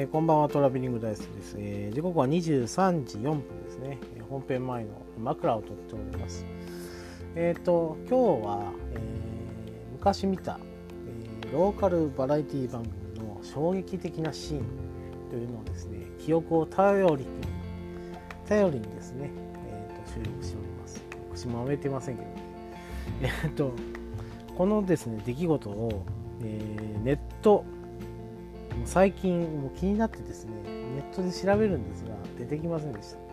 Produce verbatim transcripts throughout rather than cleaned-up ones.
えー、こんばんは。トラベリングダイスです、えー、時刻はにじゅうさんじよんぷんですね。本編前の枕を取っております。えっ、ー、と今日は、えー、昔見た、えー、ローカルバラエティ番組の衝撃的なシーンというのをですね、記憶を頼りに頼りにですね、えー、と収録しております。口もめてませんけどね。えっ、ー、とこのですね出来事を、えー、ネット最近もう気になってですね、ネットで調べるんですが出てきませんでした。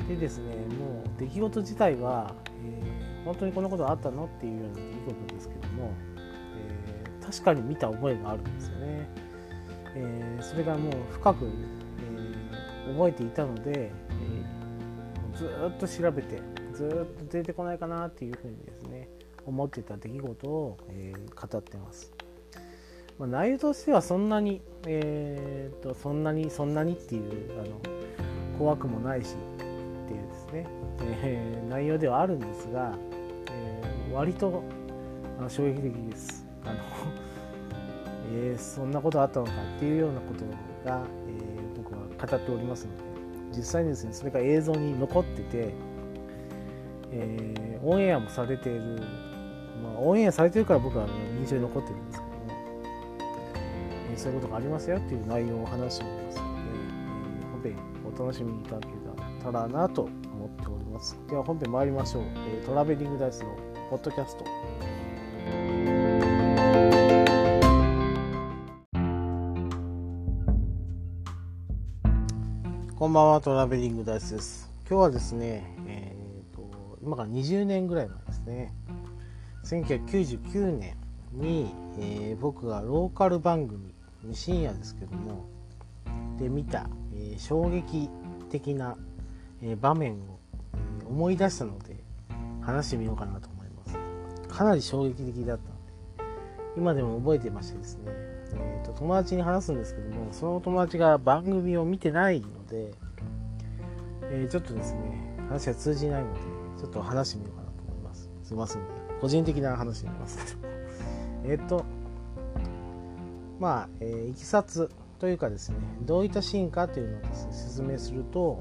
でですね、もう出来事自体は、えー、本当にこんなことあったのっていうような出来事ですけども、えー、確かに見た覚えがあるんですよね。えー、それがもう深く、えー、覚えていたので、えー、ずっと調べてずっと出てこないかなっていうふうにですね思ってた出来事を、えー、語ってます。まあ、内容としてはそんなに、えー、とそんなにそんなにっていうあの怖くもないしっていうですね、えー、内容ではあるんですが、えー、割とあの衝撃的です。あの、えー、そんなことあったのかっていうようなことが、えー、僕は語っておりますので、実際にですねそれが映像に残ってて、えー、オンエアもされている、まあ、オンエアされてるから僕は印象に残ってるんですけど、そういうことがありますよっていう内容を話しておりますので、えー、本編お楽しみいただけたらなと思っております。では本編参りましょう。えー、トラベリングダイスのポッドキャスト。こんばんは。トラベリングダイスです。今日はですね、えー、と今からにじゅうねんぐらい前ですね、せんきゅうひゃくきゅうじゅうきゅうねんに、えー、僕がローカル番組深夜ですけどもで見た、えー、衝撃的な、えー、場面を、えー、思い出したので話してみようかなと思います。かなり衝撃的だったので今でも覚えてましてですね、えー、と友達に話すんですけども、その友達が番組を見てないので、えー、ちょっとですね話が通じないのでちょっと話してみようかなと思います。すいませんね、個人的な話になりますけどえっとまあ、えー、いきさつというかですね、どういったシーンかというのをですね説明すると、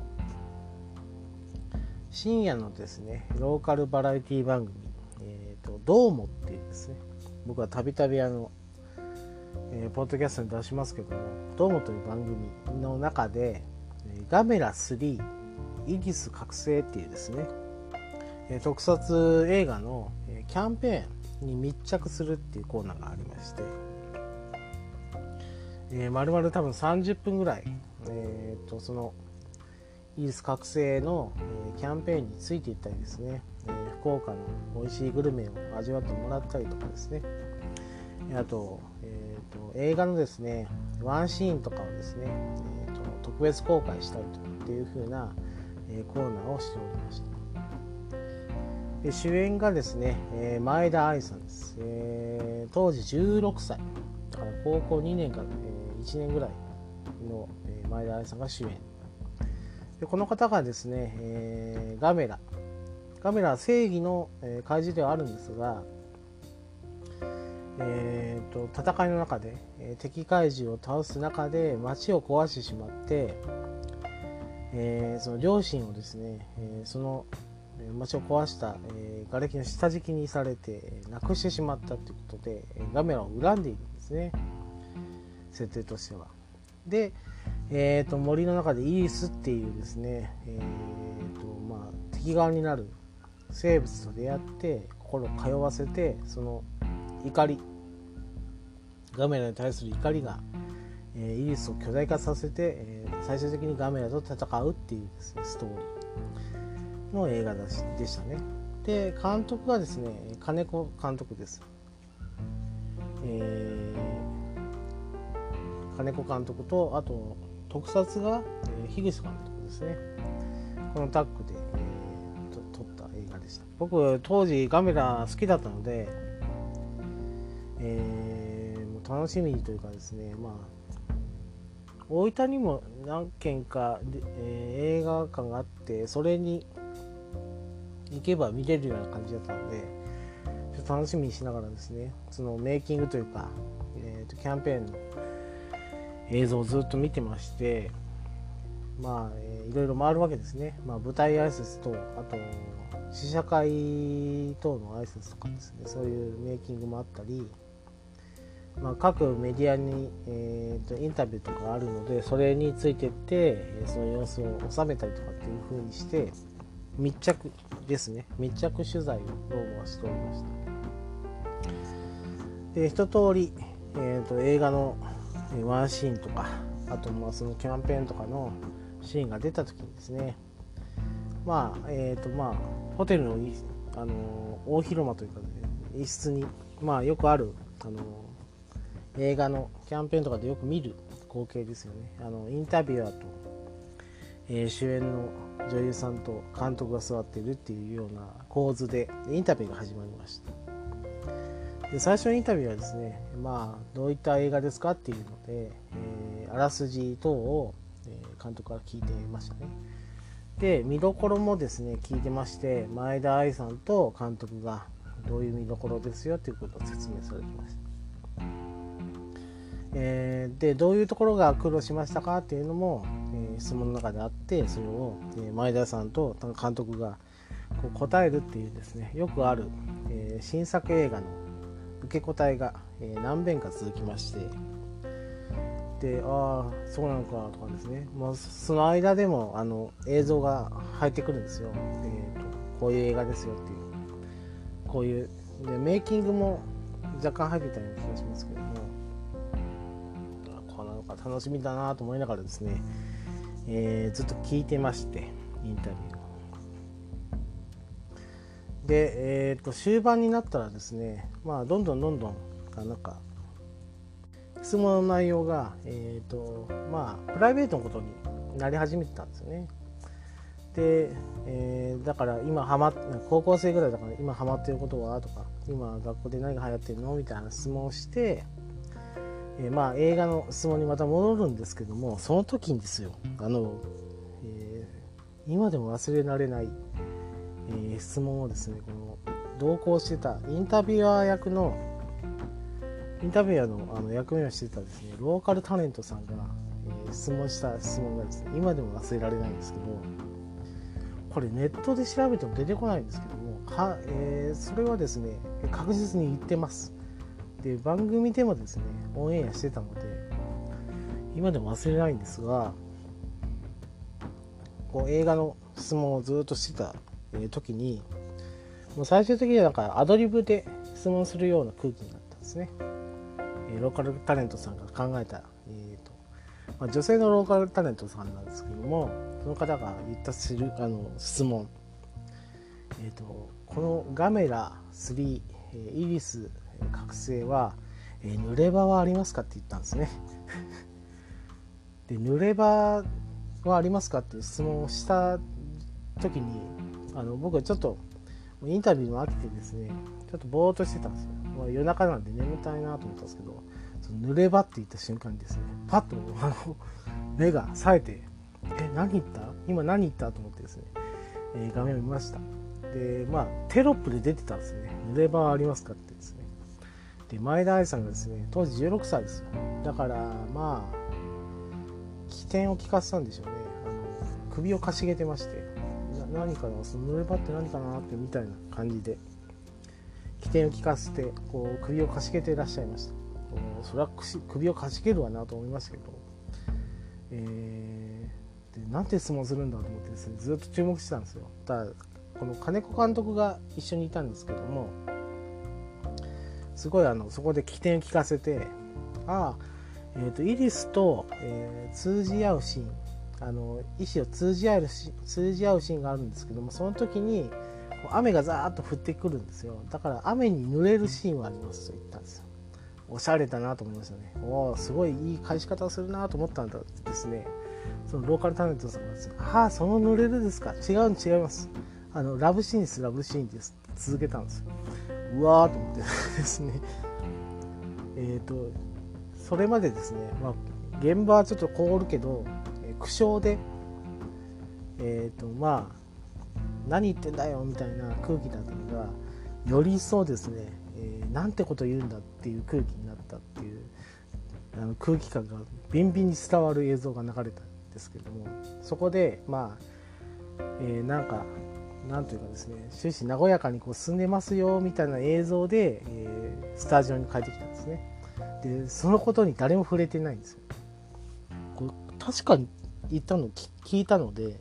深夜のですねローカルバラエティ番組、えーと、どうもっていうですね、僕はたびたびあの、えー、ポッドキャストに出しますけども、どうもという番組の中でガメラスリーイギス覚醒っていうですね、特撮映画のキャンペーンに密着するっていうコーナーがありまして、えー、丸々多分さんじゅっぷんぐらい、えー、とそのイギリス覚醒の、えー、キャンペーンについていったりですね、えー、福岡の美味しいグルメを味わってもらったりとかですね、あと、えー、と映画のですねワンシーンとかをですね、えー、と特別公開したりとかっていう風な、えー、コーナーをしておりました。で主演がですね、えー、前田愛さんです、えー、当時じゅうろくさいだから高校にねんから、えー、いちねんぐらいの、えー、前田愛さんが主演で、この方がですね、えー、ガメラガメラは正義の、えー、怪獣ではあるんですが、えー、と戦いの中で、えー、敵怪獣を倒す中で街を壊してしまって、えー、その両親をですね、えー、その街を壊した、えー、瓦礫の下敷きにされて亡くしてしまったということで、ガメラを恨んでいるんですね、設定としては。で、えー、と森の中でイリスっていうですね、えーとまあ、敵側になる生物と出会って心を通わせて、その怒りガメラに対する怒りが、えー、イリスを巨大化させて、えー、最終的にガメラと戦うっていうですねストーリーの映画でしたね。で監督がですね金子監督です。えー、金子監督と、あと特撮が、えー、樋口監督ですね。このタッグで、えー、と撮った映画でした。僕当時ガメラ好きだったので、えー、もう楽しみにというかですね、まあ大分にも何軒かで、えー、映画館があって、それに行けば見れるような感じだったので、ちょっと楽しみにしながらですね、そのメイキングというか、えー、とキャンペーンの、 映像をずっと見てまして、まあ、えー、いろいろ回るわけですね。まあ、舞台挨拶と、あと試写会等の挨拶とかですね、そういうメイキングもあったり、まあ、各メディアに、えー、とインタビューとかあるので、それについてって、その様子を収めたりとかっていう風にして密着ですね、密着取材をどうもしておりました。で、一通り、えー、と映画のワンシーンとか、あとまあそのキャンペーンとかのシーンが出た時にですね、まあえーとまあホテルの、あの大広間というか、ね、一室に、まあよくある、あの映画のキャンペーンとかでよく見る光景ですよね。あのインタビュアーと、えー、主演の女優さんと監督が座っているっていうような構図でインタビューが始まりました。で、最初のインタビューはですね、まあどういった映画ですかっていうので、えー、あらすじ等を、えー、監督から聞いてましたね。で、見どころもですね聞いてまして、前田愛さんと監督がどういう見どころですよということを説明されてました。えー、で、どういうところが苦労しましたかっていうのも、えー、質問の中であって、それを、えー、前田さんと監督がこう答えるっていうですね、よくある、えー、新作映画の受け答えが、えー、何遍か続きまして、で、ああそうなのかとかですね、もうその間でもあの映像が入ってくるんですよ。えーと、こういう映画ですよっていう、こういうでメイキングも若干入ってたような気がしますけども、楽しみだなと思いながらですね、えー、ずっと聞いてまして、インタビューをで、えー、と終盤になったらですね、まあどんどんどんどんなんか質問の内容が、えーとまあ、プライベートのことになり始めてたんですよね。で、えー、だから今ハマ高校生ぐらいだから今ハマってることはとか、今学校で何が流行ってるのみたいな質問をして、えー、まあ映画の質問にまた戻るんですけども、その時にですよ、あの、えー、今でも忘れられない、えー、質問をですね、この同行してたインタビュアー役のインタビュアーの、あの役目をしてたですね、ローカルタレントさんが、えー、質問した質問がですね、今でも忘れられないんですけど、これネットで調べても出てこないんですけども、は、えー、それはですね確実に言ってます。で、番組でもですねオンエアしてたので今でも忘れないんですが、こう映画の質問をずっとしてた、えー、時に、もう最終的にはなんかアドリブで質問するような空気になったんですね。えー、ローカルタレントさんが考えた、えーとまあ、女性のローカルタレントさんなんですけども、その方が言ったするあの質問、えーと、このガメラスリー、イリス覚醒は、えー、濡れ場はありますかって言ったんですね。で、濡れ場はありますかっていう質問をした時に、あの僕はちょっとインタビューも飽きてですね、ちょっとぼーっとしてたんですよ。まあ、夜中なんで眠たいなと思ったんですけど、その濡れ場って言った瞬間にですね、パッとあの目が冴えて、え、何言った?今何言ったと思ってですね、えー、画面を見ました。で、まあテロップで出てたんですね。濡れ場はありますかってですね。で、前田愛さんがですね、当時じゅうろくさいですよ。だからまあ起点を聞かせたんでしょうね。あの首をかしげてまして、な何かな、その濡れ場って何かなってみたいな感じで起点を聞かせて、こう首をかしげていらっしゃいました。それは首をかしげるわなと思いましたけど、えー、でなんて質問するんだと思ってですね、ずっと注目してたんですよ。ただこの金子監督が一緒にいたんですけども、すごいあのそこで起点を聞かせて、ああ、えーと、イリスと、えー、通じ合うシーン、あの意思を通じ合うシ通じ合うシーンがあるんですけども、その時に雨がザーッと降ってくるんですよ。だから雨に濡れるシーンはありますと言ったんですよ。おしゃれだなと思いましたね。おー、すごいいい返し方をするなと思ったんだですね。そのローカルタレントさんがですね、ああ、その濡れるですか、違う違います、あのラブシーンです、ラブシーンです、続けたんですよ。うわーと思ってですね、えっとそれまでですね、まあ、現場はちょっと凍るけど、えー、苦笑で、えっとまあ何言ってんだよみたいな空気だったのが、より一層ですね、えー、なんてこと言うんだっていう空気になったっていうあの空気感がビンビンに伝わる映像が流れたんですけども、そこでまあ、えー、なんかなんというかですね、終始和やかにこう進んでますよみたいな映像で、えー、スタジオに帰ってきたんですね。でそのことに誰も触れてないんですよ。これ確かに言ったの聞いたので、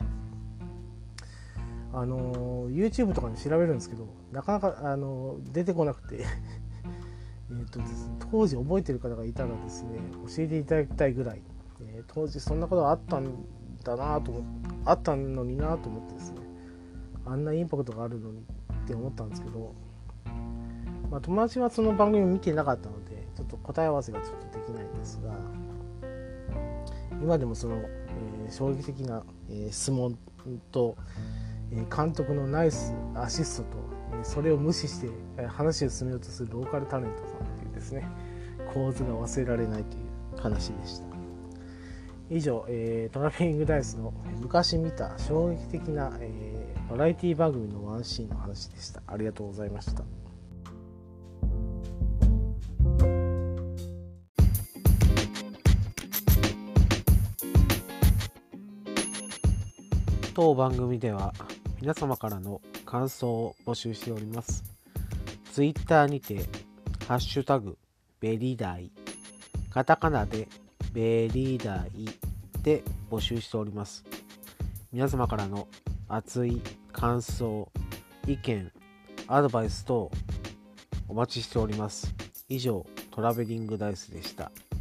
あの YouTube とかに調べるんですけど、なかなか、あの出てこなくてえとです、ね、当時覚えてる方がいたらですね、教えていただきたいぐらい、えー、当時そんなことがあったんだなと思ってあったのになと思ってですね、あんなインパクトがあるのにって思ったんですけど、まあ、友達はその番組を見てなかったのでちょっと答え合わせがちょっとできないんですが、今でもその、えー、衝撃的な、えー、質問と、えー、監督のナイスアシストと、えー、それを無視して、えー、話を進めようとするローカルタレントさんというですね、構図が忘れられないという話でした。以上、えー、トラベリングダイスの昔見た衝撃的な、えー、バラエティ番組のワンシーンの話でした。ありがとうございました。当番組では皆様からの感想を募集しております。ツイッターにてハッシュタグベリダイ、カタカナでベリダイで募集しております。皆様からの熱い感想、意見、アドバイス等お待ちしております。以上、トラベリングダイスでした。